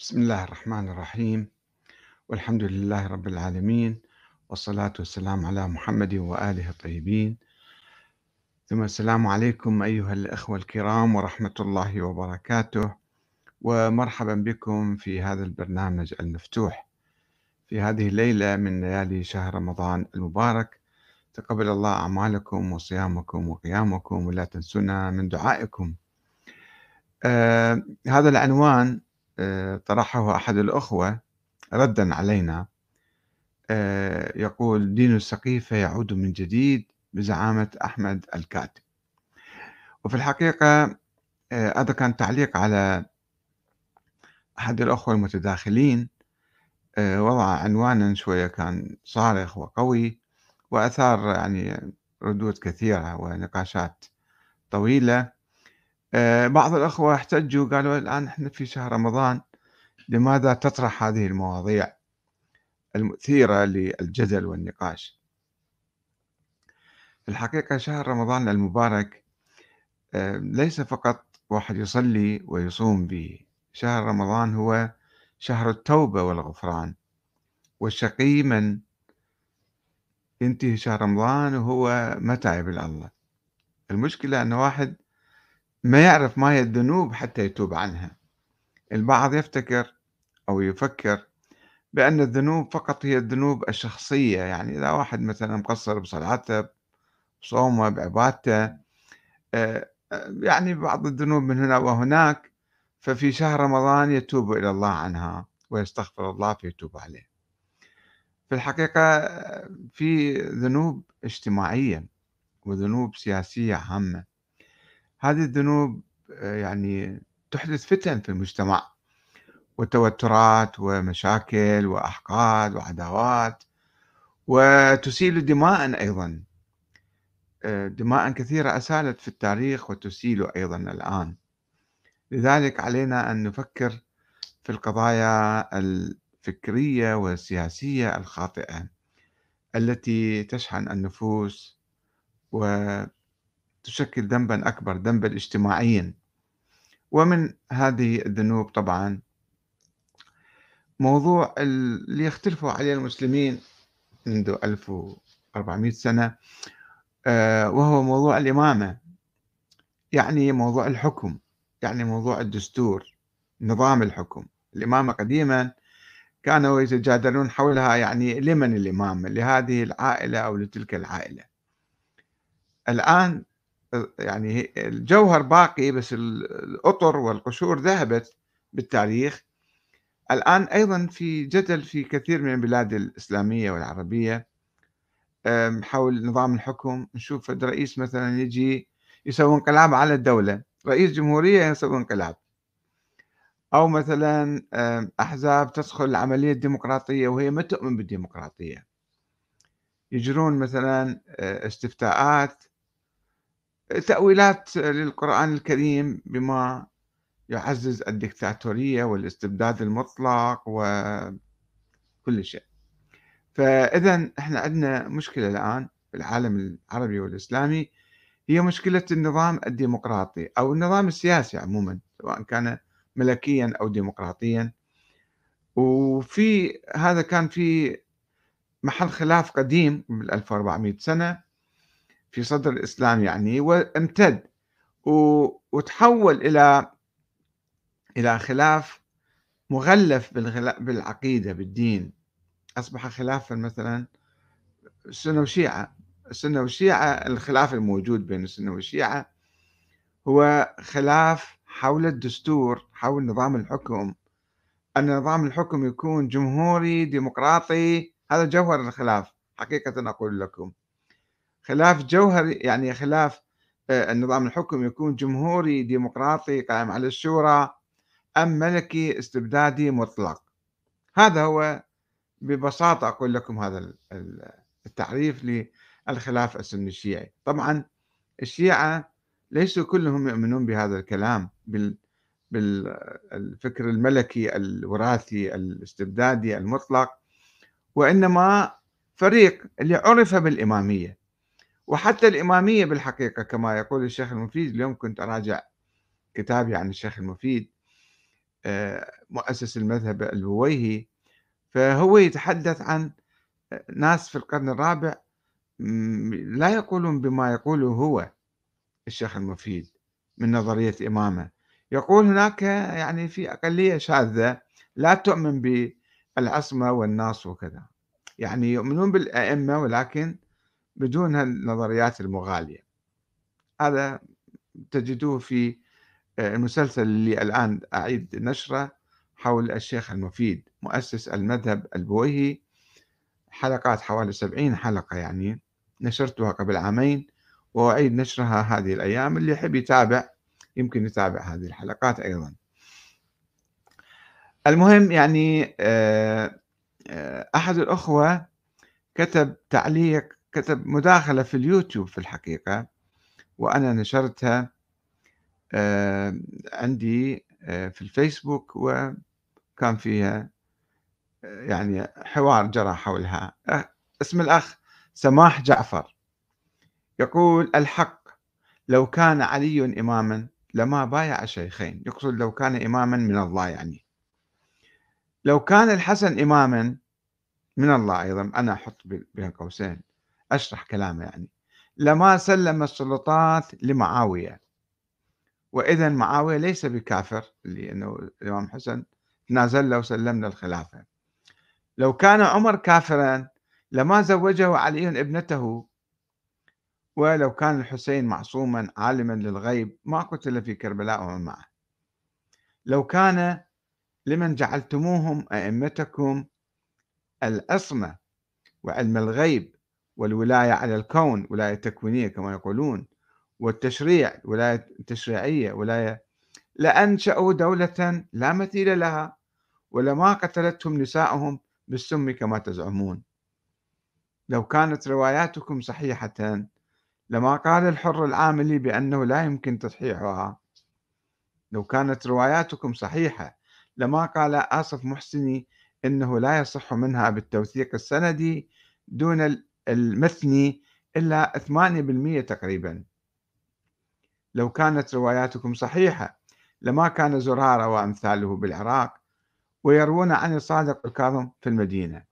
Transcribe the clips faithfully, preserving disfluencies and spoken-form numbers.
بسم الله الرحمن الرحيم، والحمد لله رب العالمين، والصلاة والسلام على محمد وآله الطيبين. ثم السلام عليكم أيها الأخوة الكرام ورحمة الله وبركاته، ومرحبا بكم في هذا البرنامج المفتوح في هذه الليلة من ليالي شهر رمضان المبارك. تقبل الله أعمالكم وصيامكم وقيامكم، ولا تنسونا من دعائكم. آه هذا العنوان آه طرحه أحد الأخوة ردا علينا. آه، يقول: دين السقيفة يعود من جديد بزعامة أحمد الكاتب. وفي الحقيقة آه، هذا كان تعليق على أحد الأخوة المتداخلين. آه، وضع عنوانا شوية كان صارخ وقوي، وأثار يعني ردود كثيرة ونقاشات طويلة. آه، بعض الأخوة احتجوا، قالوا: الآن احنا في شهر رمضان، لماذا تطرح هذه المواضيع المثيرة للجدل والنقاش؟ في الحقيقة شهر رمضان المبارك آه، ليس فقط واحد يصلي ويصوم به. شهر رمضان هو شهر التوبة والغفران، والشقي من ينتهي شهر رمضان وهو ما تائب إلى الله. المشكلة أن واحد ما يعرف ما هي الذنوب حتى يتوب عنها. البعض يفتكر أو يفكر بأن الذنوب فقط هي الذنوب الشخصية، يعني إذا واحد مثلا مقصر بصلاته، بصومه، بعبادته، آه، آه، يعني بعض الذنوب من هنا وهناك، ففي شهر رمضان يتوب إلى الله عنها ويستغفر الله فيتوب عليه. في الحقيقة آه، في ذنوب اجتماعية وذنوب سياسية عامة. هذه الذنوب آه، يعني تحدث فتن في المجتمع، وتوترات ومشاكل وأحقاد وعداوات، وتسيل دماء أيضا. آه، دماء كثيرة أسالت في التاريخ وتسيل أيضا الآن. لذلك علينا أن نفكر في القضايا الفكرية والسياسية الخاطئة التي تشحن النفوس وتشكل ذنبا أكبر، ذنبا اجتماعيا. ومن هذه الذنوب طبعا موضوع اللي يختلفوا عليه المسلمين منذ ألف وأربعمئة سنة، آه، وهو موضوع الإمامة، يعني موضوع الحكم، يعني موضوع الدستور، نظام الحكم. الإمامة قديما كانوا يتجادلون حولها، يعني لمن الإمامة، لهذه العائلة أو لتلك العائلة. الآن يعني الجوهر باقي، بس الأطر والقشور ذهبت بالتاريخ. الآن أيضا في جدل في كثير من البلاد الإسلامية والعربية أم، حول نظام الحكم. نشوف الرئيس مثلا يجي يسوي انقلاب على الدولة، رئيس جمهورية يسوي انقلاب، أو مثلا أم، أحزاب تدخل العملية الديمقراطية وهي ما تؤمن بالديمقراطية، يجرون مثلا آه، استفتاءات، تأويلات للقرآن الكريم بما يعزز الدكتاتورية والاستبداد المطلق وكل شيء. فإذا احنا عندنا مشكلة الآن في العالم العربي والإسلامي، هي مشكلة النظام الديمقراطي أو النظام السياسي عموما، سواء كان ملكيا أو ديمقراطيا. وفي هذا كان في محل خلاف قديم من ألف وأربعمئة سنة في صدر الإسلام يعني، وامتد و- وتحول إلى إلى خلاف مغلف بالغلا- بالعقيدة بالدين. أصبح خلافا مثلا السنة والشيعة. السنة والشيعة، الخلاف الموجود بين السنة والشيعة هو خلاف حول الدستور، حول نظام الحكم، أن نظام الحكم يكون جمهوري ديمقراطي. هذا جوهر الخلاف حقيقة، أقول لكم خلاف جوهري، يعني خلاف آه، النظام الحكم يكون جمهوري ديمقراطي قائم على الشورى، أم ملكي استبدادي مطلق. هذا هو ببساطة، أقول لكم هذا ال- ال- التعريف للخلاف السني الشيعي. طبعا الشيعة ليسوا كلهم يؤمنون بهذا الكلام، بال بالفكر الملكي الوراثي الاستبدادي المطلق، وإنما فريق اللي عرف بالإمامية. وحتى الإمامية بالحقيقة كما يقول الشيخ المفيد، اليوم كنت أراجع كتابي عن الشيخ المفيد، آآ مؤسس المذهب البويهي، فهو يتحدث عن أ ناس في القرن الرابع م لا يقولون بما يقوله هو الشيخ المفيد من نظرية إمامة، يقول هناك يعني في أقلية شاذة لا تؤمن بالعصمة والنص وكذا، يعني يؤمنون بالأئمة ولكن بدون هالنظريات المغالية. هذا تجدوه في آآ المسلسل اللي الآن أعيد نشره حول الشيخ المفيد مؤسس المذهب البويهي، حلقات حوالي سبعين حلقة يعني، نشرتها قبل عامين وأعيد نشرها هذه الأيام، اللي يحب يتابع يمكن يتابع هذه الحلقات أيضًا. المهم يعني آآ آآ أحد الأخوة كتب تعليق، كتب مداخلة في اليوتيوب في الحقيقة، وأنا نشرتها آآ عندي آآ في الفيسبوك، وكان فيها آآ يعني حوار جرى حولها. أ اسم الأخ سماح جعفر، يقول: "الحق لو كان علي إمامًا لما بايع الشيخين." يقصد لو كان إمامًا من الله يعني. "لو كان الحسن إمامًا من الله" أيضًا أنا أحط ب بين قوسين أشرح كلامه يعني، "لما سلم السلطات لمعاوية، وإذًا معاوية ليس بكافر لأنه الإمام الحسن تنازل له وسلم له الخلافة. لو كان عمر كافرًا لما زوجه علي ابنته، ولو كان الحسين معصومًا عالمًا للغيب ما قتل في كربلاء ومن معه. لو كان لمن جعلتموهم أئمتكم العصمة وعلم الغيب والولاية على الكون، ولاية تكوينية كما يقولون، والتشريع ولاية تشريعية، ولاية لأنشأوا دولة لا مثيل لها، ولما قتلتهم نساءهم بالسم كما تزعمون. لو كانت رواياتكم صحيحة لما قال الحر العاملي بأنه لا يمكن تصحيحها. لو كانت رواياتكم صحيحة لما قال آصف محسني إنه لا يصح منها بالتوثيق السندي دون ال- المثني إلا ثمانية بالمئة تقريبا. لو كانت رواياتكم صحيحة لما كان زرارة وأمثاله بالعراق ويروون عن الصادق الكاظم في المدينة.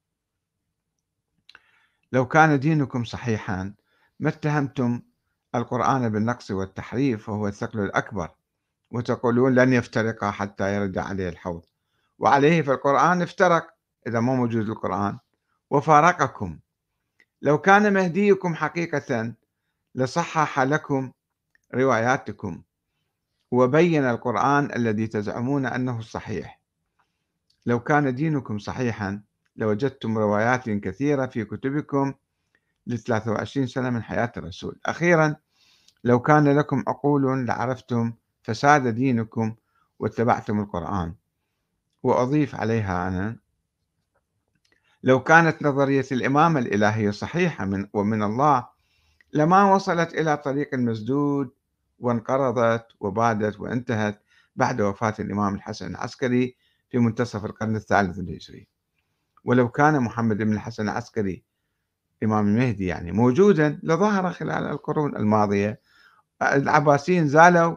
لو كان دينكم صحيحا ما اتهمتم القرآن بالنقص والتحريف وهو الثقل الأكبر، وتقولون لن يفترق حتى يرد عليه الحوض، وعليه في القرآن افترق إذا ما موجود القرآن وفارقكم. لو كان مهديكم حقيقة لصحح لكم رواياتكم وبين القرآن الذي تزعمون أنه الصحيح. لو كان دينكم صحيحا لوجدتم روايات كثيرة في كتبكم ل ثلاثة وعشرين سنة من حياة الرسول. أخيرا لو كان لكم عقول لعرفتم فساد دينكم واتبعتم القرآن. وأضيف عليها أنا: لو كانت نظرية الإمامة الإلهية صحيحة من ومن الله لما وصلت إلى طريق مسدود وانقرضت وبادت وانتهت بعد وفاة الإمام الحسن العسكري في منتصف القرن الثالث الهجري. ولو كان محمد بن الحسن العسكري إمام المهدي يعني موجودا لظهر خلال القرون الماضية. العباسيين زالوا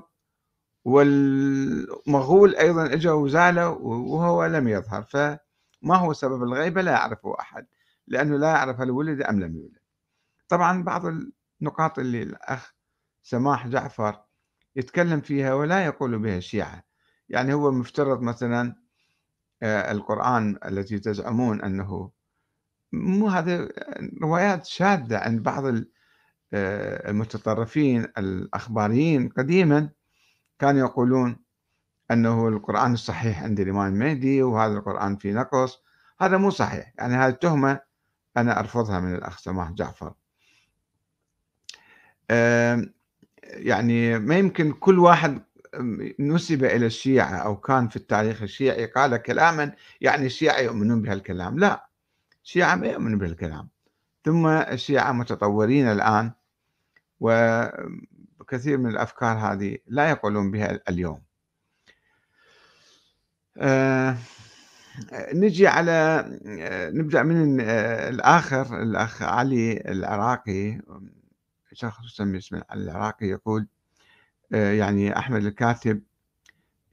والمغول أيضا اجوا وزالوا وهو لم يظهر، فما هو سبب الغيبة لا يعرفه أحد، لأنه لا يعرف هل ولد أم لم يولد. طبعا بعض النقاط اللي الأخ سماح جعفر يتكلم فيها ولا يقول بها الشيعة، يعني هو مفترض مثلا آه، القرآن التي تزعمون أنه مو هذه روايات شاذة عند بعض ال- آه، المتطرفين الأخباريين قديما، كانوا يقولون أنه القرآن الصحيح عند الإمام المهدي وهذا القرآن فيه نقص. هذا مو صحيح، يعني هذه التهمة أنا أرفضها من الأخ سماح جعفر. آمم، يعني ما يمكن كل واحد آمم، نُسِب إلى الشيعة أو كان في التاريخ الشيعي قال كلامًا يعني الشيعة يؤمنون بهالكلام، لا، الشيعة ما يؤمنون بهالكلام، ثم الشيعة متطورين الآن وكثير من الأفكار هذه لا يقولون بها اليوم. آآ نجي على آآ نبدأ من آآ الآخر الأخ علي العراقي، شخص يسمي اسمه علي العراقي، يقول آآ يعني أحمد الكاتب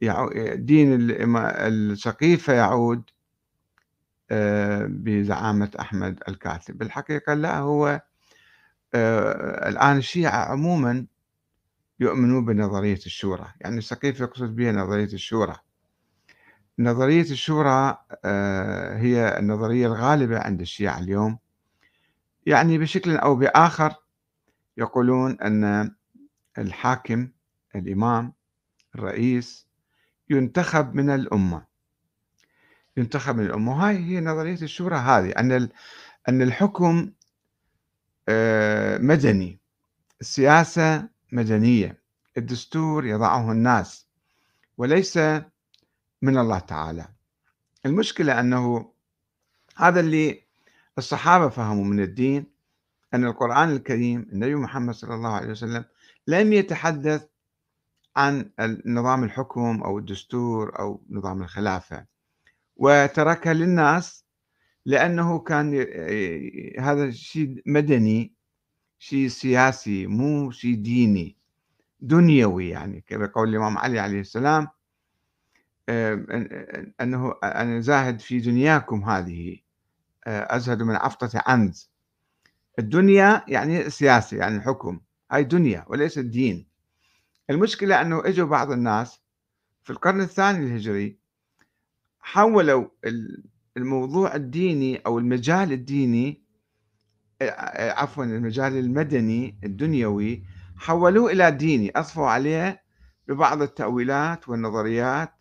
يعو دين الإما السقيفة يعود آآ بزعامة أحمد الكاتب. بالحقيقة لأ، هو آآ الآن الشيعة عمومًا يؤمنون بنظرية الشورى، يعني السقيفة يقصد بها نظرية الشورى. نظرية الشورى آآ هي النظرية الغالبة عند الشيعة اليوم، يعني بشكل أو بآخر يقولون أن الحاكم، الإمام، الرئيس يُنتخب من الأمة، يُنتخب من الأمة، وهاي هي نظرية الشورى هذه، أن ال أن الحكم آآ مدني، السياسة مدنية، الدستور يضعه الناس وليس من الله تعالى. المشكلة أنه هذا اللي الصحابة فهموا من الدين، أن القرآن الكريم النبي محمد صلى الله عليه وسلم لم يتحدث عن نظام الحكم أو الدستور أو نظام الخلافة، وتركها للناس لأنه كان ي- هذا شيء مدني، شيء سياسي، مو شيء ديني دنيوي، يعني كقول الإمام علي عليه السلام آه، أن- أنه أنا زاهد في دنياكم هذه، آه، أزهد من عفطة عنز. الدنيا يعني سياسة، يعني الحكم، هاي دنيا وليس الدين. المشكلة أنه إجوا بعض الناس في القرن الثاني الهجري حولوا ال- الموضوع الديني أو المجال الديني، آآ عفوًا المجال المدني الدنيوي، حوّلوه إلى ديني، أضفوا عليه ببعض التأويلات والنظريات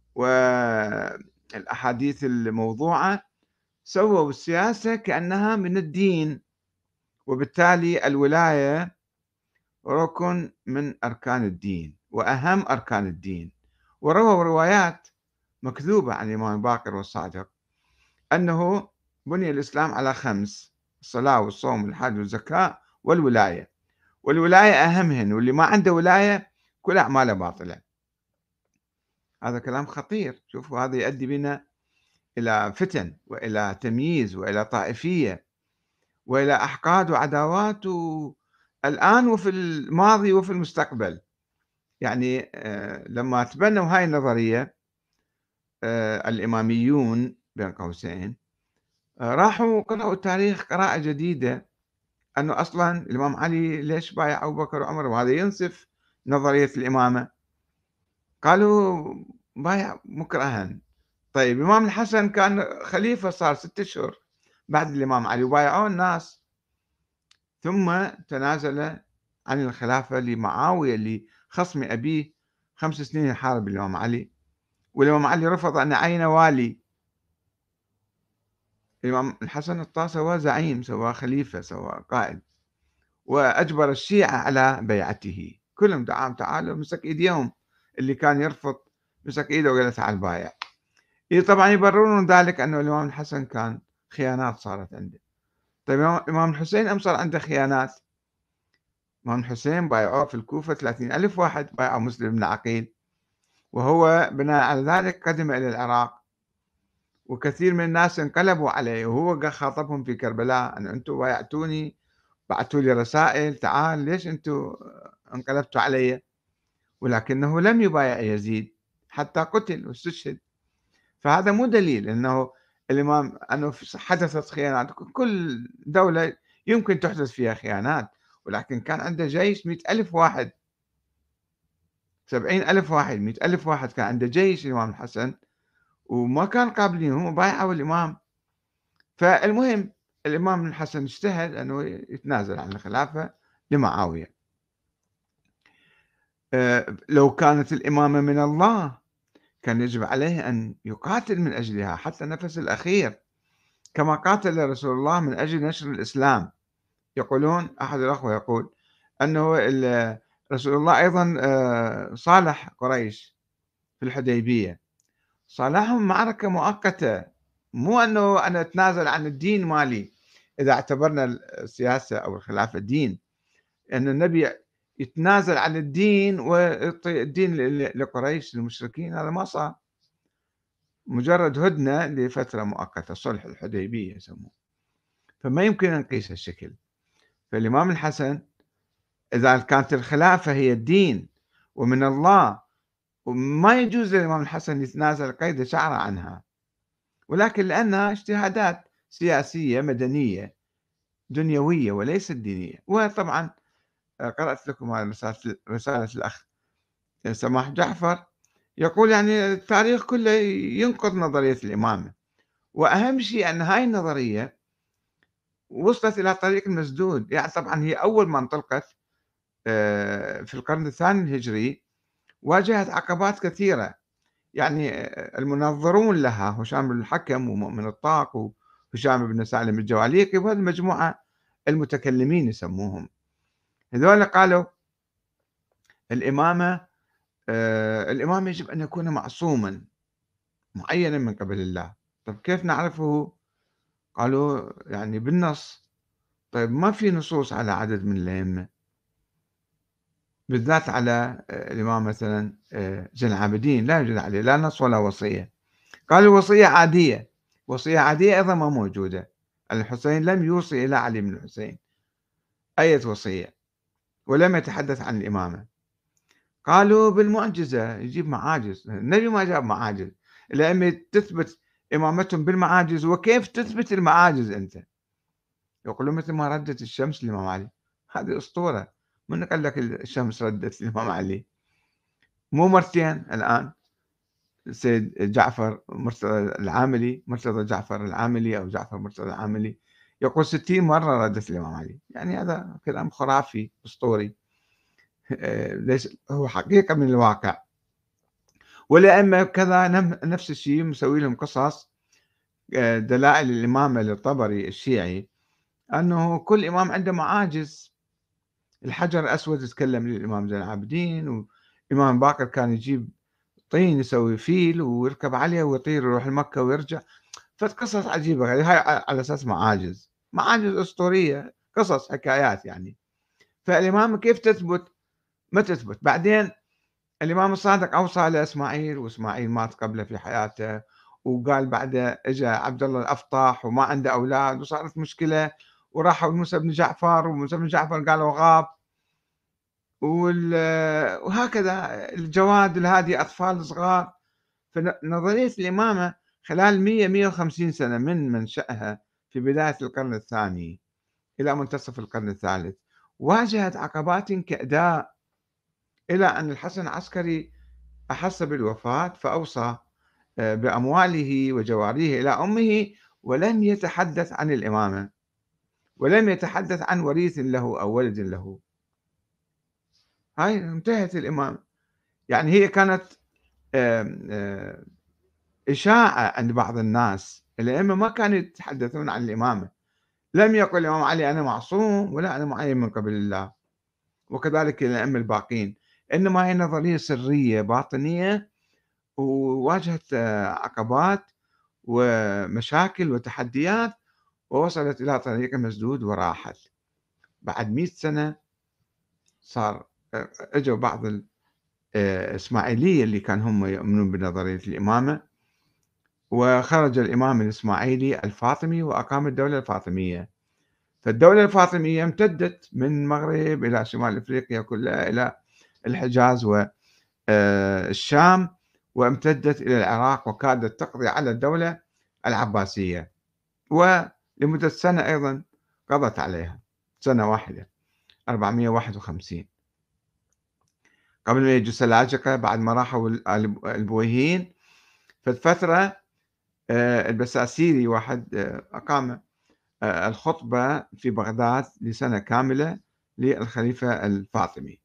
والأحاديث الموضوعة، سوّوا السياسة كأنها من الدين، وبالتالي الولاية ركن من أركان الدين وأهم أركان الدين، ورووا روايات مكذوبة عن الإمام باقر والصادق أنه بُني الإسلام على خمس: الصلاة والصوم والحج والزكاة والولاية. والولاية أهمهن، واللي ما عنده ولاية كل أعماله باطلة. هذا كلام خطير، شوفوا هذا يؤدي بنا إلى فتن وإلى تمييز وإلى طائفية وإلى أحقاد وعداوات و الآن وفي الماضي وفي المستقبل. يعني آآ لمّا تبنوا هاي النظرية آآ الإماميون بين قوسين، آآ راحوا قرأوا التاريخ قراءة جديدة، أنه أصلًا الإمام علي ليش بايع أبو بكر وعمر، وهذا ينسف نظرية الإمامة. قالوا بايع مكرها. طيب الإمام الحسن كان خليفة صار ستة أشهر بعد الإمام علي وبايعوه الناس، ثم تنازل عن الخلافة لمعاوية اللي خصم أبيه خمس سنين يحارب الإمام علي، والإمام علي رفض أن يعين والي. الإمام الحسن اضطر سواه زعيم، سواه خليفة، سواه قائد، وأجبر الشيعة على بيعته، كلهم دعاهم تعالوا، مسك إيديهم، اللي كان يرفض مسك إيده وقال له تعال بايع. ي طبعًا يبررون ذلك أنه الإمام الحسن كان خيانات صارت عنده. طيب الإمام الإمام الحسين أم صار عنده خيانات؟ الإمام الحسين بايعوه في الكوفة ثلاثين ألف واحد، بايعوا مسلم بن عقيل، وهو بناء على ذلك قدم إلى العراق، وكثير من الناس انقلبوا عليه، وهو ق خاطبهم في كربلاء أن أنتم بايعتوني، بعثوا لي رسائل تعال ليش أنتم انقلبتوا علي؟ ولكنه لم يبايع يزيد حتى قتل واستشهد. فهذا مو دليل أنه الإمام أنه ف حدثت خيانات، كل دولة يمكن تحدث فيها خيانات، ولكن كان عنده جيش مئة ألف واحد، سبعين ألف واحد، مئة ألف واحد، كان عنده جيش الإمام الحسن، وما كان قابلين، هم بايعوا الإمام. فالمهم الإمام الحسن اجتهد أنه يتنازل عن الخلافة لمعاوية. آآ لو كانت الإمامة من الله كان يجب عليه أن يقاتل من أجلها حتى النفس الأخير، كما قاتل رسول الله من أجل نشر الإسلام. يقولون أحد الأخوة يقول أنه ال رسول الله أيضًا آآ صالح قريش في الحديبية، صالحهم معركة مؤقتة، مو أنه أنا أتنازل عن الدين مالي. إذا اعتبرنا السياسة أو الخلافة دين، أن النبي يتنازل عن الدين ويعطي الدين ل لقريش المشركين، هذا ما صار، مجرد هدنة لفترة مؤقتة، صلح الحديبية يسموه. فما يمكن نقيس هالشكل. فالإمام الحسن إذا كانت الخلافة هي الدين ومن الله وما يجوز للإمام الحسن يتنازل قيد شعرة عنها، ولكن لأنها اجتهادات سياسية مدنية دنيوية وليست دينية. وطبعا قرأت لكم هذه رسالة رسالة الأخ سماح جعفر، يقول يعني التاريخ كله ينقض نظرية الإمامة، وأهم شيء أن هاي النظرية وصلت إلى طريق المسدود. يعني طبعا هي أول ما انطلقت آه، في القرن الثاني الهجري واجهت عقبات كثيرة. يعني آه، المنظرون لها هشام بن الحكم ومؤمن الطاق وهشام بن سالم الجواليقي وهذه المجموعة المتكلمين يسموهم، هذول قالوا الإمامة آه، الإمام يجب أن يكون معصوما معينا من قبل الله. طيب كيف نعرفه؟ قالوا يعني بالنص. طيب ما في نصوص على عدد من الأئمة، بالذات على آه، الإمام مثلا آه، زين العابدين لا يوجد عليه لا نص ولا وصية. قالوا وصية عادية، وصية عادية أيضا ما موجودة. الحسين لم يوصي إلى علي بن الحسين أي وصية، ولم يتحدث عن الإمامة. قالوا بالمعجزة، يجيب معاجز، النبي ما جاب معاجز. الأئمة تثبت إمامتهم بالمعاجز، وكيف تثبت المعاجز أنت؟ يقولون مثل ما ردت الشمس للإمام علي، هذه أسطورة. من قال لك الشمس ردت للإمام علي؟ مو مرتين الآن، السيد جعفر مرتضى العاملي، مرتضى جعفر العاملي أو جعفر مرتضى العاملي يقول ستين مرة ردت الإمام علي. يعني هذا كلام خرافي أسطوري ليس هو حقيقة من الواقع. والأئمة كذا نفس الشيء مسوي لهم قصص آه، دلائل الإمامة للطبري الشيعي أنه كل إمام عنده معاجز. الحجر الأسود يتكلم للإمام زين العابدين، وإمام باقر كان يجيب طين يسوي فيل ويركب عليه ويطير يروح لمكة ويرجع. فقصص عجيبة هذه، هاي على أساس معاجز، معاجز أسطورية، قصص حكايات يعني. فالإمامة كيف تثبت؟ ما تثبت. بعدين الإمام الصادق أوصى لإسماعيل، وإسماعيل مات قبله في حياته، وقال بعده اجى عبد الله الأفطاح وما عنده أولاد وصارت مشكلة، وراحوا لموسى بن جعفر وموسى بن جعفر قالوا غاب، وال- وهكذا الجواد الهادي أطفال صغار. فنظرية الإمامة خلال مئة مئة وخمسين سنة من منشأها في بداية القرن الثاني إلى منتصف القرن الثالث واجهت عقبات كأداء، إلى أن الحسن العسكري أحس بالوفاة فأوصى آه، بأمواله وجواريه إلى أمه، ولم يتحدث عن الإمامة، ولم يتحدث عن وريث له أو ولد له. هاي انتهت الإمامة. يعني هي كانت آم، آم، إشاعة عند بعض الناس. الأئمة ما كانوا يتحدثون عن الإمامة، لم يقل الإمام علي أنا معصوم ولا أنا معين من قبل الله، وكذلك الأئمة الباقين. إنما هي نظرية سرية باطنية، وواجهت آه، عقبات ومشاكل وتحديات، ووصلت إلى طريق مسدود وراحت. بعد مئة سنة صار آه، اجوا بعض الإسماعيلية اللي كان هم يؤمنون بنظرية الإمامة، وخرج الإمام الإسماعيلي الفاطمي وأقام الدولة الفاطمية. فالدولة الفاطمية امتدت من المغرب إلى شمال أفريقيا كلها، إلى الحجاز والشام، وامتدت إلى العراق، وكادت تقضي على الدولة العباسية. ولمدة سنة أيضا قضت عليها، سنة واحدة أربعمئة وواحد وخمسين، قبل ما يجوا السلاجقة بعد ما راحوا البويهيين. في الفترة آه، البساسيري واحد آه، أقام آه، الخطبة في بغداد لسنة كاملة للخليفة الفاطمي.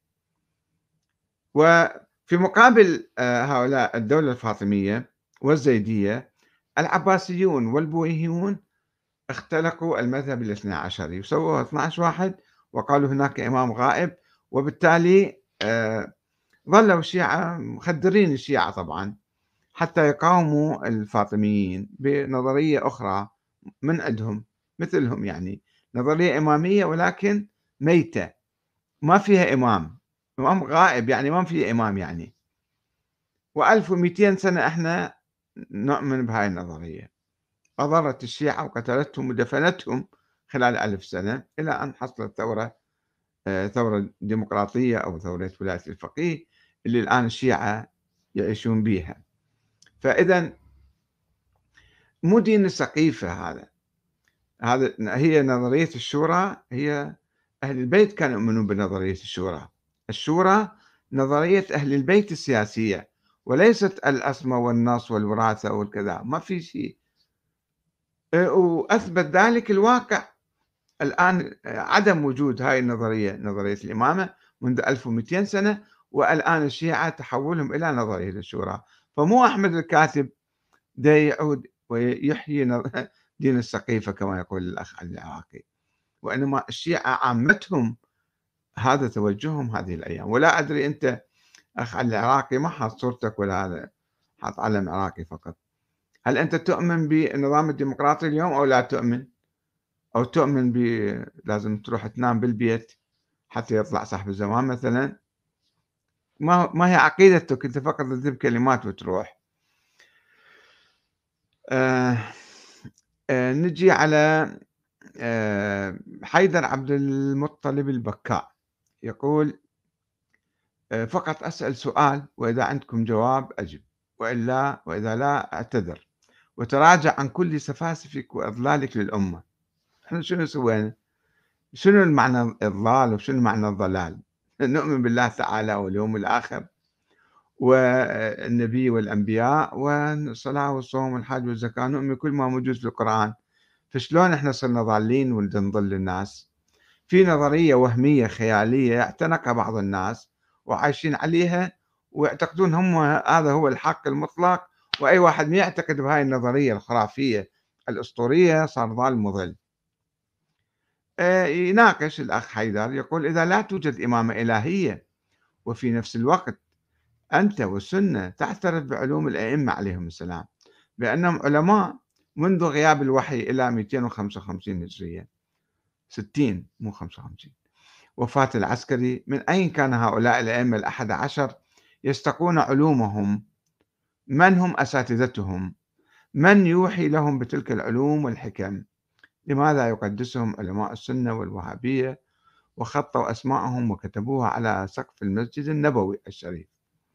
وفي مقابل آه، هؤلاء الدولة الفاطمية والزيدية، العباسيون والبويهيون اختلقوا المذهب الاثنى عشري وسووا اثني عشر واحد، وقالوا هناك إمام غائب. وبالتالي آه، ظلوا الشيعة مخدرين الشيعة طبعا حتى يقاوموا الفاطميين بنظرية أخرى من عندهم مثلهم، يعني نظرية إمامية ولكن ميتة، ما فيها إمام، إمام غائب، يعني ما فيها إمام يعني. وألف ومئتين سنة إحنا نؤمن بهاي النظرية. أضرت الشيعة وقتلتهم ودفنتهم خلال ألف سنة، إلى أن حصلت ثورة آه، ثورة ديمقراطية أو ثورة ولاية الفقيه، اللي الآن الشيعة يعيشون بها. فإذا مو دين السقيفة هذا، هذا هي نظرية الشورى، هي أهل البيت كانوا يؤمنون بنظرية الشورى. الشورى نظرية أهل البيت السياسية، وليست الأسمى والنص والوراثة والكذا، ما في شيء. أه، وأثبت ذلك الواقع الآن، أه، عدم وجود هاي النظرية، نظرية الإمامة، منذ ألف ومئتين سنة، والآن الشيعة تحولهم إلى نظرية الشورى. فمو أحمد الكاتب دا يعود ويحيي نظ- دين السقيفة كما يقول الأخ علي العراقي، وإنما الشيعة عامتهم هذا توجههم هذه الأيام. ولا أدري أنت أخ علي العراقي، ما حاط صورتك ولا هذا، حاط علم عراقي فقط. هل أنت تؤمن بالنظام الديمقراطي اليوم أو لا تؤمن؟ أو تؤمن ب لازم تروح تنام بالبيت حتى يطلع صاحب الزمان مثلا؟ ما ما هي عقيدتك، أنت فقط تجيب كلمات وتروح. آه آه نجي على آه حيدر عبد المطلب البكاء، يقول: آه، فقط أسأل سؤال، وإذا عندكم جواب أجب، وإلا وإذا لا أعتذر، وتراجع عن كل سفاسفك وإضلالك للأمة. إحنا شنو سوينا؟ شنو المعنى الإضلال وشنو معنى الضلال؟ نؤمن بالله تعالى واليوم الآخر والنبي والأنبياء والصلاة والصوم والحج والزكاة، نؤمن كل ما موجود في القرآن. فشلون إحنا صرنا ضالين ونضل الناس؟ في نظرية وهمية خيالية اعتنقها بعض الناس وعايشين عليها، ويعتقدون هم هذا هو الحق المطلق، وأي واحد ما يعتقد بهاي النظرية الخرافية الأسطورية صار ضال مضل. آه، يناقش الأخ حيدر، يقول: إذا لا توجد إمامة إلهية، وفي نفس الوقت أنت والسنة تعترف بعلوم الأئمة عليهم السلام بأنهم علماء منذ غياب الوحي إلى مئتين وخمسة وخمسين هجرية، ستين مو خمسة وخمسين، وفاة العسكري، من أين كان هؤلاء الأئمة الأحد عشر يستقون علومهم؟ من هم أساتذتهم؟ من يوحي لهم بتلك العلوم والحكم؟ لماذا يقدسهم علماء السنة والوهابية وخطوا أسماءهم وكتبوها على سقف المسجد النبوي الشريف؟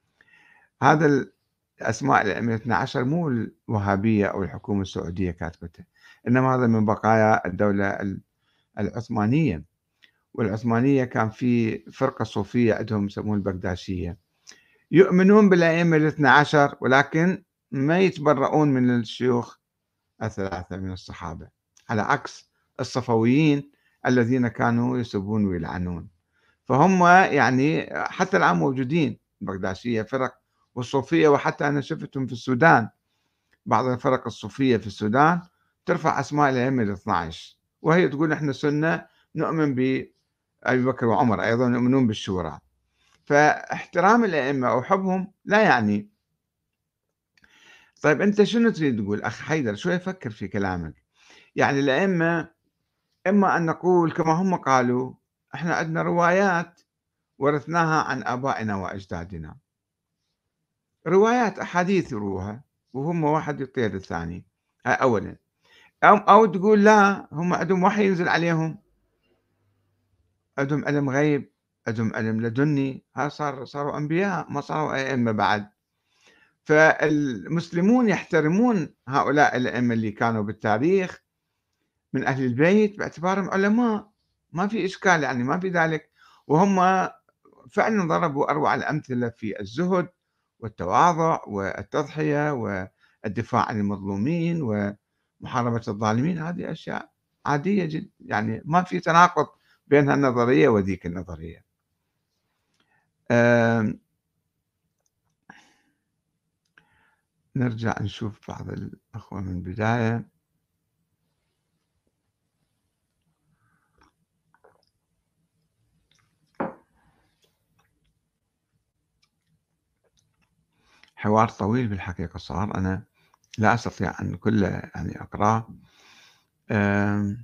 هذا الأسماء الأئمة الاثنى عشر مو الوهابية أو الحكومة السعودية كاتبتها، إنما هذا من بقايا الدولة العثمانية. والعثمانية كان في فرقة صوفية عندهم يسموها البغداشية، يؤمنون بالأئمة الاثنى عشر، ولكن ما يتبرؤون من الشيوخ الثلاثة من الصحابة، على عكس الصفويين الذين كانوا يسبون ويلعنون. فهم يعني حتى الآن موجودين البغداشية فرق، والصوفية، وحتى أنا شفتهم في السودان، بعض الفرق الصوفية في السودان ترفع أسماء الأئمة الاثنى عشر، وهي تقول: إحنا سنة نؤمن بأبي بكر وعمر، أيضا يؤمنون بالشورى. فاحترام الأئمة أو حبهم لا يعني. طيب أنت شنو تريد تقول أخ حيدر؟ شوي فكر في كلامك. يعني الأئمة إما أن نقول كما هم قالوا: إحنا عندنا روايات ورثناها عن آبائنا وأجدادنا، روايات أحاديث يروها، وهم واحد يطير الثاني. هاي أولا. أو, أو تقول لا، هم عندهم وحي ينزل عليهم، عندهم علم غيب، عندهم علم لدني، ها صار صاروا أنبياء، ما صاروا أئمة بعد. فالمسلمون يحترمون هؤلاء الأئمة اللي كانوا بالتاريخ من أهل البيت باعتبارهم علماء، ما في إشكال يعني، ما في ذلك. وهم فعلا ضربوا أروع الأمثلة في الزهد والتواضع والتضحية والدفاع عن المظلومين ومحاربة الظالمين. هذه أشياء عادية جدا، يعني ما في تناقض بين هالنظرية وذيك النظرية. نرجع نشوف بعض الأخوة من البداية. حوار طويل بالحقيقة صار، أنا لا أستطيع أن كله يعني أقرأه. آمم،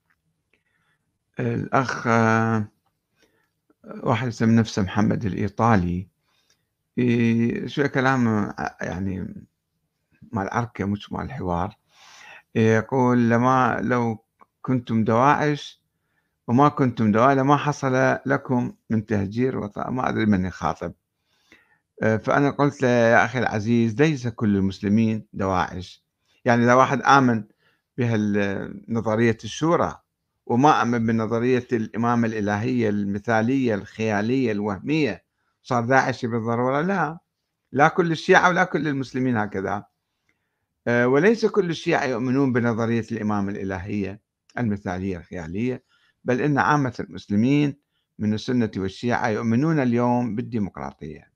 الأخ آه، واحد يسمي نفسه محمد الإيطالي، ي شوية كلام ع يعني مال عركة مش مال حوار. يقول: لما لو كنتم دواعش وما كنتم دواعش لما حصل لكم من تهجير وط ما أدري من يخاطب. آآ فأنا قُلت له: "يا أخي العزيز ليس كل المسلمين دواعش." يعني إذا واحد آمن بهال نظرية الشورى وما آمن بنظرية الإمامة الإلهية المثالية الخيالية الوهمية، صار داعشي بالضرورة؟ لا، لا كل الشيعة ولا كل المسلمين هكذا. آآ وليس كل الشيعة يؤمنون بنظرية الإمامة الإلهية المثالية الخيالية، بل إن عامة المسلمين من السنة والشيعة يؤمنون اليوم بالديمقراطية.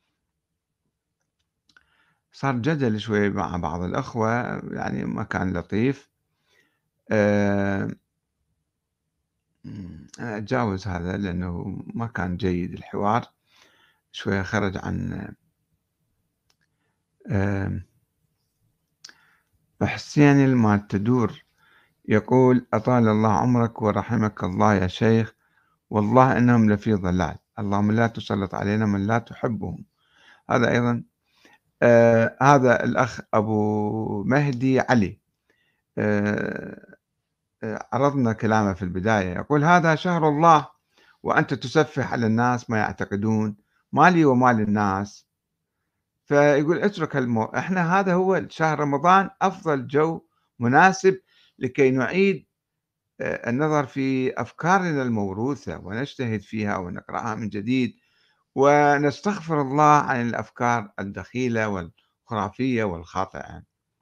صار جدل شوي مع بعض الأخوة، يعني ما كان لطيف. آآ إمم، أنا أتجاوز هذا لأنه ما كان جيد الحوار، شوية خرج عن آمم، فحسين المعتدور يقول: "أطال الله عمرك ورحمك الله يا شيخ، والله إنهم لفي ضلال، اللهم لا تسلط علينا من لا تحبهم." هذا أيضًا آآ، هذا الأخ أبو مهدي علي آآ، آآ، عرضنا كلامه في البداية، يقول: "هذا شهر الله وأنت تسفّه على الناس ما يعتقدون، ما لي وما للناس." فيقول اترك المو إحنا هذا هو شهر رمضان أفضل جو مناسب لكي نعيد آآ النظر في أفكارنا الموروثة ونجتهد فيها ونقرأها من جديد، ونستغفر الله عن الأفكار الدخيلة والخرافية والخاطئة.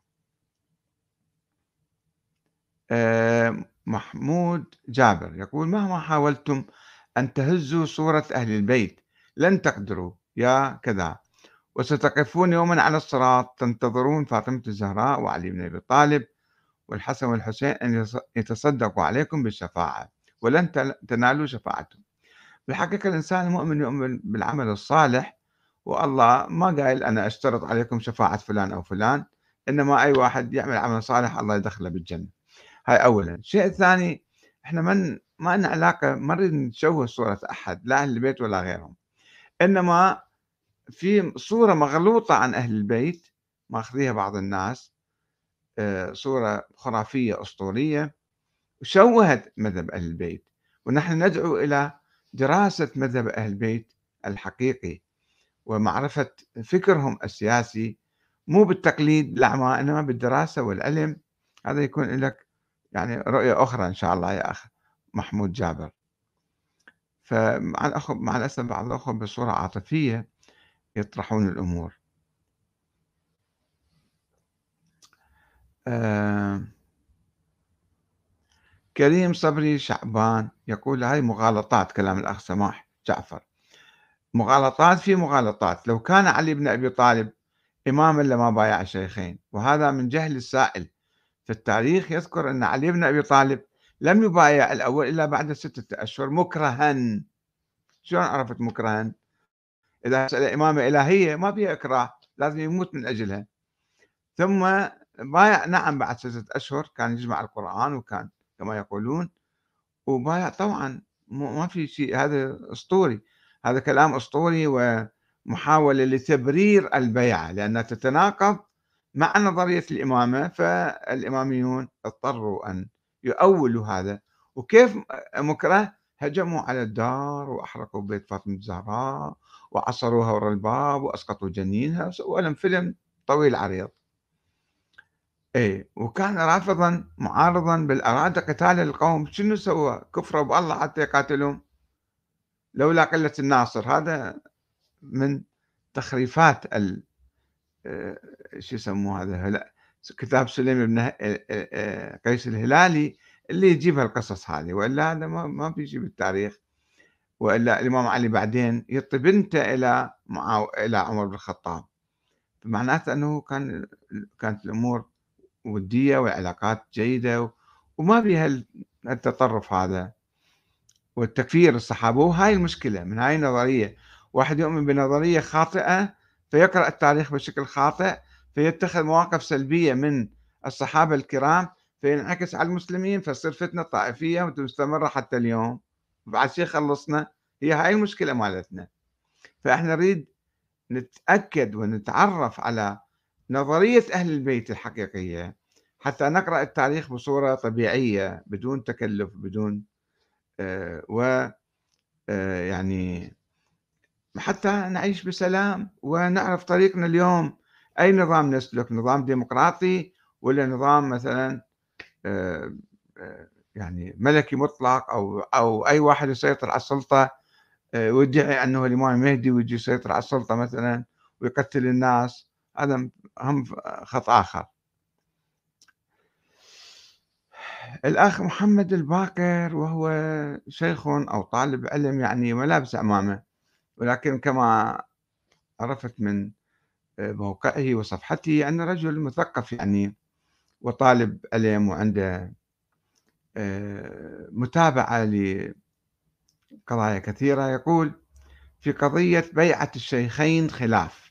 آآ محمود جابر يقول: "مهما حاولتم أن تهزوا صورة أهل البيت لن تقدروا يا كذا. وستقفون يومًا على الصراط تنتظرون فاطمة الزهراء وعلي بن أبي طالب والحسن والحسين أن يص يتصدقوا عليكم بالشفاعة، ولن تل تنالوا شفاعتهم." بالحقيقة الإنسان المؤمن يؤمن بالعمل الصالح، والله ما قايل أنا أشترط عليكم شفاعة فلان أو فلان، إنما أي واحد يعمل عمل صالح الله يدخله بالجنة. هاي أولًا. الشيء الثاني، إحنا من ما لنا علاقة، ما نريد نشوه صورة أحد لا أهل البيت ولا غيرهم، إنما في صورة مغلوطة عن أهل البيت ماخذيها بعض الناس، آآ صورة خرافية أسطورية شوّهت مذهب أهل البيت، ونحن ندعو إلى دراسة مذهب أهل البيت الحقيقي، ومعرفة فكرهم السياسي، مو بالتقليد الأعمى إنما بالدراسة والعلم. هذا يكون لك يعني رؤية أخرى إن شاء الله يا أخ محمود جابر. فمع الأخ مع الأسف بعض الأخوة بصورة عاطفية يطرحون الأمور. آآ كريم صبري شعبان يقول: "هاي مغالطات كلام الأخ سماح جعفر، مغالطات في مغالطات، لو كان علي بن أبي طالب إمامًا لما بايع الشيخين، وهذا من جهل السائل، فالتاريخ يذكر أن علي بن أبي طالب لم يبايع الأول إلا بعد ستة أشهر مكرهًا." شلون عرفت مكرهًا؟ إذا مسألة إمامة إلهية ما فيها إكراه، لازم يموت من أجلها. ثم بايع نعم بعد ستة أشهر، كان يجمع القرآن وكان كما يقولون، وبايع طبعًا م ما في شيء، هذا أسطوري، هذا كلام أسطوري ومحاولة لتبرير البيعة، لأنها تتناقض مع نظرية الإمامة، فالإماميون اضطروا أن يؤولوا هذا. وكيف مكره؟ هجموا على الدار وأحرقوا بيت فاطمة الزهراء وعصروها ورا الباب وأسقطوا جنينها وسووا لهم فيلم طويل عريض. إيه، وكان رافضًا معارضًا بل أراد قتال القوم. شنو سوى؟ كفروا بالله حتى يقاتلهم، لولا قلة الناصر. هذا من تخريفات ال آآ شو يسموه هذا هلا كتاب سليم بن ه آآ آآ قيس الهلالي اللي يجيب هالقصص هذه، وإلا هذا ما ما في شيء بالتاريخ. وإلا الإمام علي بعدين يعطي بنته إلى معاو إلى عمر بن الخطاب، فمعناته أنه كان كانت الأمور ودية والعلاقات جيدة، و وما بيها ال التطرُّف هذا والتكفير الصحابة. وهاي المشكلة من هاي النظرية، واحد يؤمن بنظرية خاطئة فيقرأ التاريخ بشكل خاطئ، فيتخذ مواقف سلبية من الصحابة الكرام، فينعكس على المسلمين فتصير فتنة طائفية ومستمرة حتى اليوم، بعد شي يخلصنا؟ هي هاي المشكلة مالتنا. فإحنا نريد نتأكد ونتعرف على نظرية أهل البيت الحقيقية، حتى نقرأ التاريخ بصورة طبيعية بدون تكلف بدون آآ و آآ يعني حتى نعيش بسلام ونعرف طريقنا اليوم. أي نظام نسلك، نظام ديمقراطي والّا نظام مثلًا آآ آآ يعني ملكي مطلق، أو أو أي واحد يسيطر على السلطة آآ ويدعي أنه الإمام المهدي وييجي يسيطر على السلطة مثلًا ويقتل الناس. هذا م هم ف خط آخر. الأخ محمد الباقر وهو شيخ أو طالب علم يعني ولابس عمامة، ولكن كما عرفت من آآ موقعه وصفحته أنه رجل مثقف يعني وطالب علم وعنده آآ متابعة لقضايا كثيرة. يقول: في قضية بيعة الشيخين خلاف،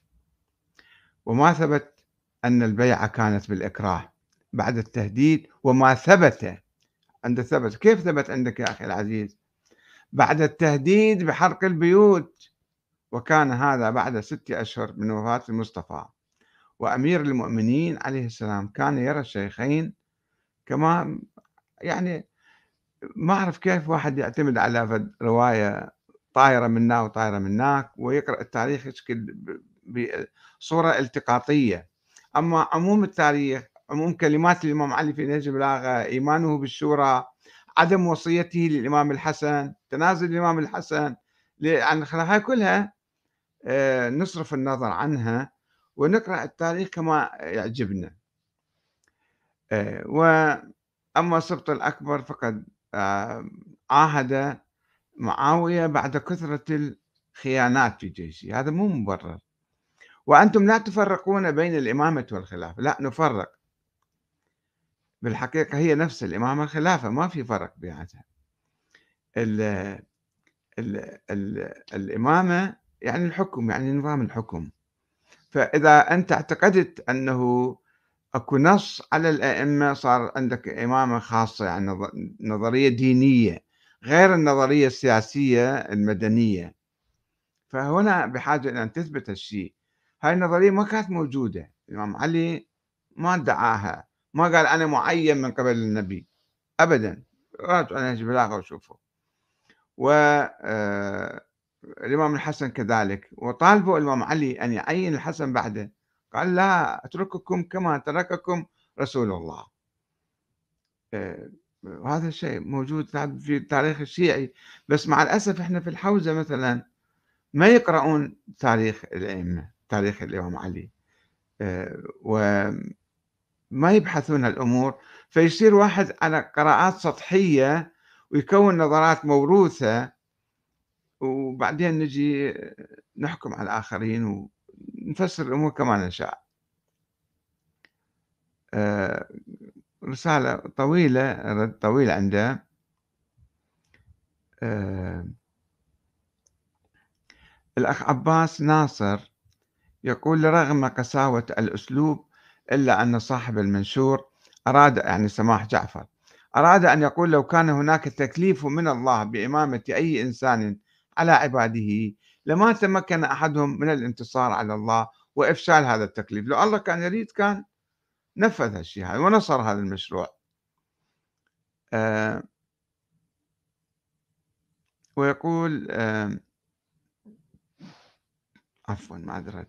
وما ثبت أن البيعة كانت بالإكراه بعد التهديد، وما ثبت عنده ثبت. كيف ثبت عندك يا أخي العزيز؟ بعد التهديد بحرق البيوت، وكان هذا بعد ستة أشهر من وفاة المصطفى. وأمير المؤمنين عليه السلام كان يرى الشيخين كما يعني ما أعرف كيف واحد يعتمد على فد رواية طايرة من هنا وطايرة من هناك ويقرأ التاريخ بشكل ب بصورة التقاطية. أما عموم التاريخ، عموم كلمات الإمام علي في نهج البلاغة، إيمانه بالشورى، عدم وصيته للإمام الحسن، تنازل الإمام الحسن ل عن الخلافة، هاي كلها آآ نصرف النظر عنها ونقرأ التاريخ كما يعجبنا. آآ وأما السبط الأكبر فقد آآ عاهد معاوية بعد كثرة الخيانات في جيشه. هذا مو مبرر. وأنتم لا تفرقون بين الإمامة والخلافة. لأ نفرق، بالحقيقة هي نفس الإمامة والخلافة، ما في فرق بيناتها. ال ال ال الإمامة يعني الحكم، يعني نظام الحكم. فإذا أنت اعتقدت أنه أكو نص على الأئمة صار عندك إمامة خاصة، يعني نظ نظرية دينية غير النظرية السياسية المدنية. فهنا بحاجة إلى أن تثبت هالشيء. هاي النظرية ما كانت موجودة، الإمام علي ما ادعاها، ما قال أنا معين من قبل النبي أبدا. راجعوا نهج البلاغة وشوفوا. و آه، الإمام الحسن كذلك، وطالبوا الإمام علي أن يعين الحسن بعده، قال لا أترككم كما ترككم رسول الله. آه، وهذا الشيء موجود في التاريخ الشيعي. بس مع الأسف إحنا في الحوزة مثلا ما يقرؤون تاريخ الأئمة، تاريخ الإمام علي، آآ، وما يبحثون الأمور، فيصير واحد على قراءات سطحية ويكوّن نظرات موروثة، وبعدين نجي نحكم على الآخرين ونفسر الأمور كما نشاء. آآ، رسالة طويلة، رد طويل عنده. آآ، الأخ عباس ناصر يقول: لرغم قساوة الأسلوب إلا أن صاحب المنشور أراد، يعني سماح جعفر، أراد أن يقول لو كان هناك تكليف من الله بإمامة أي إنسان على عباده لما تمكن أحدهم من الانتصار على الله وإفشال هذا التكليف. لو الله كان يريد كان نفذ هالشيء هذا ونصر هذا المشروع. آه ويقول آه عفوا معذرة.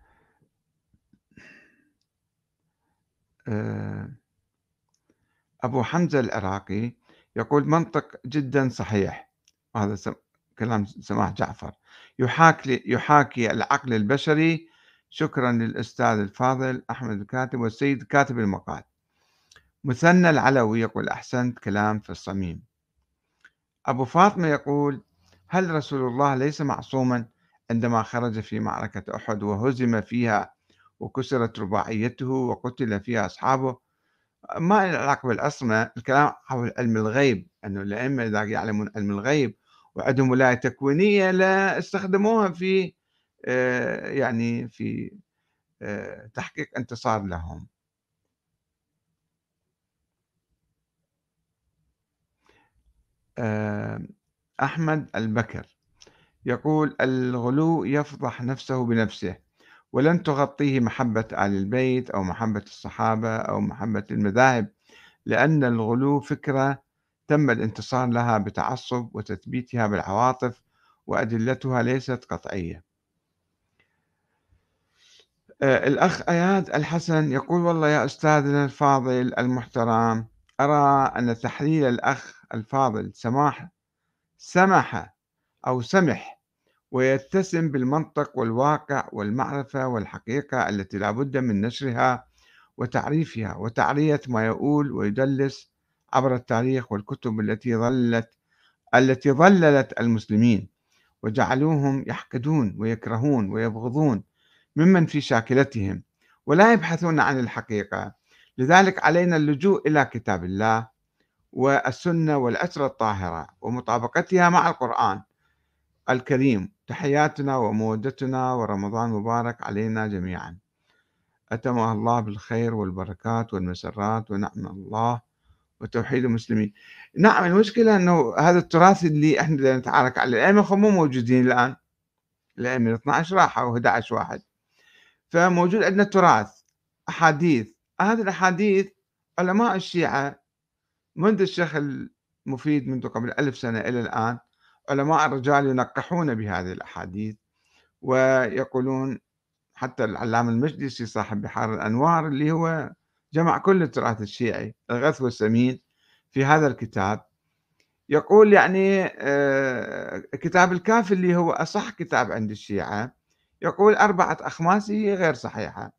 آه أبو حمزة العراقي يقول: منطق جدا صحيح. هذا سم... كلام سماح جعفر يحاكي يحاكي العقل البشري. شكرا للأستاذ الفاضل أحمد الكاتب والسيد كاتب المقال. مثنى العلوي يقول: أحسنت، كلام في الصميم. أبو فاطمة يقول: هل رسول الله ليس معصوما عندما خرج في معركة أحد وهزم فيها وكسرت رباعيته وقتل فيها أصحابه؟ ما له علاقة بالعصمة، الكلام حول علم الغيب، أنه الأئمة إذا يعلمون علم الغيب وعندهم ولاية تكوينية لا استخدموها في آآ يعني في آآ تحقيق انتصار لهم. آآ أحمد البكر يقول: الغلو يفضح نفسه بنفسه، ولن تغطيه محبة آل البيت أو محبة الصحابة أو محبة المذاهب، لأن الغلو فكرة تم الانتصار لها بتعصب وتثبيتها بالعواطف وأدلتها ليست قطعية. آه، الأخ أياد الحسن يقول: والله يا أستاذنا الفاضل المحترم، أرى أن تحليل الأخ الفاضل سماح سمح أو سمح ويتسم بالمنطق والواقع والمعرفة والحقيقة التي لا بد من نشرها وتعريفها وتعرية ما يؤول ويدلس عبر التاريخ والكتب التي ظلت التي ظللت المسلمين وجعلوهم يحقدون ويكرهون ويبغضون ممن في شاكلتهم ولا يبحثون عن الحقيقة. لذلك علينا اللجوء إلى كتاب الله والسنة والأسرة الطاهرة ومطابقتها مع القرآن الكريم. تحياتنا ومودتنا ورمضان مبارك علينا جميعا. أتمها الله بالخير والبركات والمسرات ونعم الله وتوحيد المسلمين. نعم، المشكلة أنه هذا التراث اللي إحنا بدنا نتعارك عليه، الأئمة هم مو موجودين الآن، الأئمة اثنا عشر راحوا و11 واحد، فموجود عندنا تراث، أحاديث. هذه الأحاديث علماء الشيعة منذ الشيخ المفيد منذ قبل ألف سنة إلى الآن، علماء الرجال ينقحون بهذه الأحاديث ويقولون، حتى العلامة المجلسي صاحب بحار الأنوار اللي هو جمع كل التراث الشيعي الغث والسمين في هذا الكتاب، يقول يعني آه، كتاب الكافي اللي هو أصح كتاب عند الشيعة، يقول أربعة أخماس هي غير صحيحة،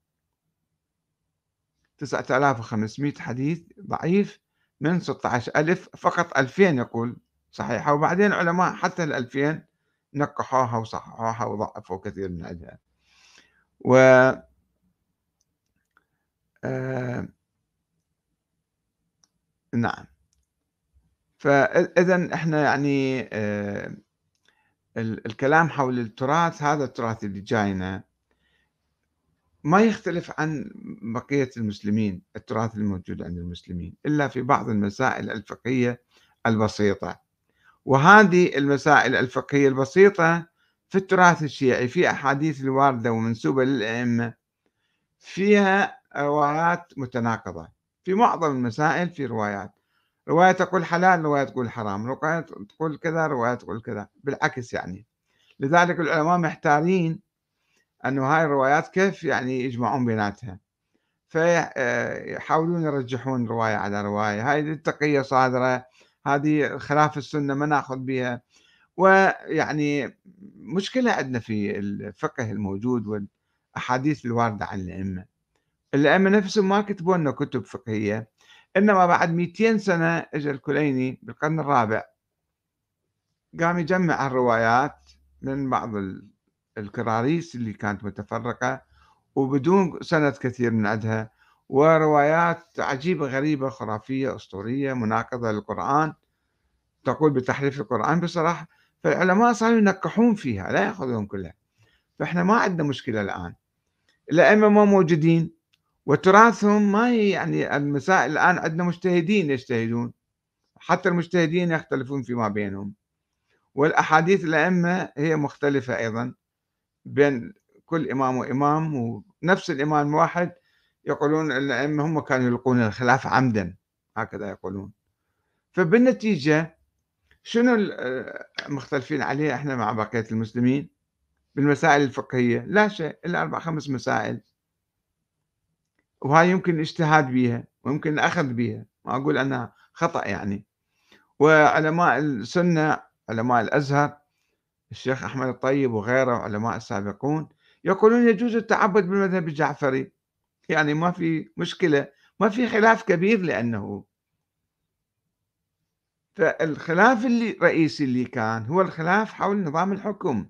تسعة آلاف وخمسمئة حديث ضعيف من ستة عشر ألف، فقط ألفين يقول صحيحة، وبعدين علماء حتى الألفين نقحوها وصححوها وضعفوا كثير من عندها. و آه نعم، فإذا إحنا يعني آه الكلام حول التراث، هذا التراث اللي جاينا ما يختلف عن بقية المسلمين، التراث الموجود عند المسلمين، إلا في بعض المسائل الفقهية البسيطة. وهذه المسائل الفقهية البسيطة في التراث الشيعي في أحاديث الواردة ومنسوبة للأئمة فيها روايات متناقضة. في معظم المسائل في روايات، رواية تقول حلال، رواية تقول حرام، رواية تقول كذا، رواية تقول كذا، بالعكس يعني. لذلك العلماء محتارين أنه هاي الروايات كيف يعني يجمعون بيناتها، فيحاولون يرجحون رواية على رواية، هاي التقية صادرة، هذه خلاف السنة ما ناخذ بها. ويعني مشكلة عندنا في الفقه الموجود والأحاديث الواردة عن الأئمة، الأئمة نفسهم ما كتبوا لنا كتب فقهية، إنما بعد مئتين سنة إجا الكليني بالقرن الرابع قام يجمع الروايات من بعض الكراريس اللي كانت متفرقة وبدون سند كثير من عندها، وروايات عجيبة غريبة خرافية أسطورية مناقضة للقرآن، تقول بتحريف القرآن بصراحة. فالعلماء صاروا ينقحون فيها لا يأخذون كلها. فإحنا ما عندنا مشكلة الآن، الأئمة ما موجودين وتراثهم ما ي- يعني المسائل الآن عندنا مجتهدين يجتهدون، حتى المجتهدين يختلفون فيما بينهم، والأحاديث الأئمة هي مختلفة أيضا بين كل إمام وإمام، ونفس الإمام الواحد يقولون الأئمة هم كانوا يلقون الخلاف عمدا، هكذا يقولون. فبالنتيجة شنو المختلفين عليه احنا مع بقية المسلمين بالمسائل الفقهية؟ لا شيء، إلا أربع خمس مسائل، وهاي يمكن الاجتهاد بها ويمكن الأخذ بها، ما أقول أنها خطأ يعني. وعلماء السنة، علماء الأزهر، الشيخ أحمد الطيب وغيره علماء السابقون يقولون يجوز التعبد بالمذهب الجعفري، يعني ما في مشكلة، ما في خلاف كبير. لأنه فالخلاف اللي الرئيسي اللي كان هو الخلاف حول نظام الحكم،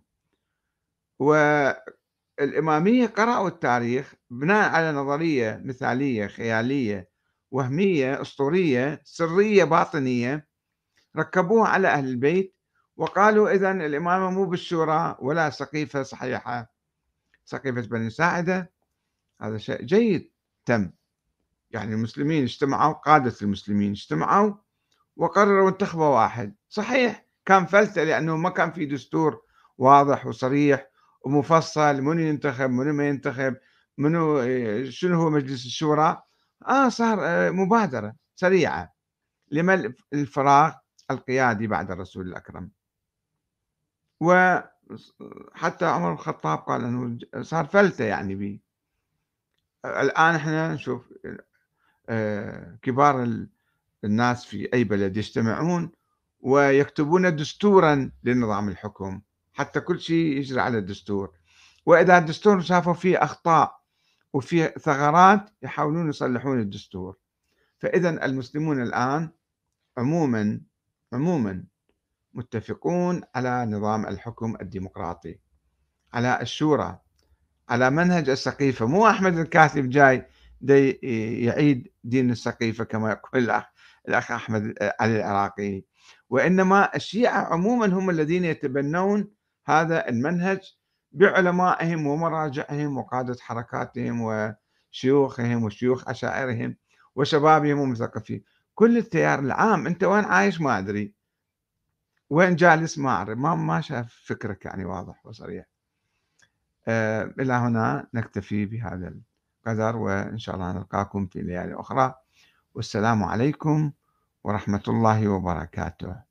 والإمامية قرأوا التاريخ بناء على نظرية مثالية خيالية وهمية أسطورية سرية باطنية، ركبوها على أهل البيت وقالوا إذن الإمامة مو بالشورى ولا سقيفة صحيحة، سقيفة بني ساعدة هذا شيء جيد تم، يعني المسلمين اجتمعوا، قادة المسلمين اجتمعوا وقرروا انتخبوا واحد، صحيح كان فلتة لأنه ما كان في دستور واضح وصريح ومفصل منو ينتخب منو ما ينتخب، منو شنو هو مجلس الشورى. آه صار آه، مبادرة سريعة لملء الفراغ القيادي بعد الرسول الأكرم. وحتى عمر بن الخطاب قال أنه صار فلتة يعني بيه. الآن إحنا نشوف آآ كبار ال الناس في أي بلد يجتمعون ويكتبون دستورًا لنظام الحكم، حتى كل شيء يجري على الدستور، وإذا الدستور شافوا فيه أخطاء وفيه ثغرات يحاولون يصلحون الدستور. فإذا المسلمون الآن عمومًا، عمومًا متفقون على نظام الحكم الديمقراطي، على الشورى، على منهج السقيفة. مو أحمد الكاتب جاي دي يعيد دين السقيفة كما يقول الأخ الأخ أحمد علي العراقي، وإنما الشيعة عموما هم الذين يتبنون هذا المنهج بعلمائهم ومراجعهم وقادة حركاتهم وشيوخهم وشيوخ أشاعرهم وشبابهم ومثقفين. كل التيار العام. أنت وين عايش ما أدري، وين جالس ما أعرف، ما ما شاف فكرك يعني واضح وصريح. آه، إلى هنا نكتفي بهذا القدر، وإن شاء الله نلقاكم في ليالي أخرى، والسلام عليكم ورحمة الله وبركاته.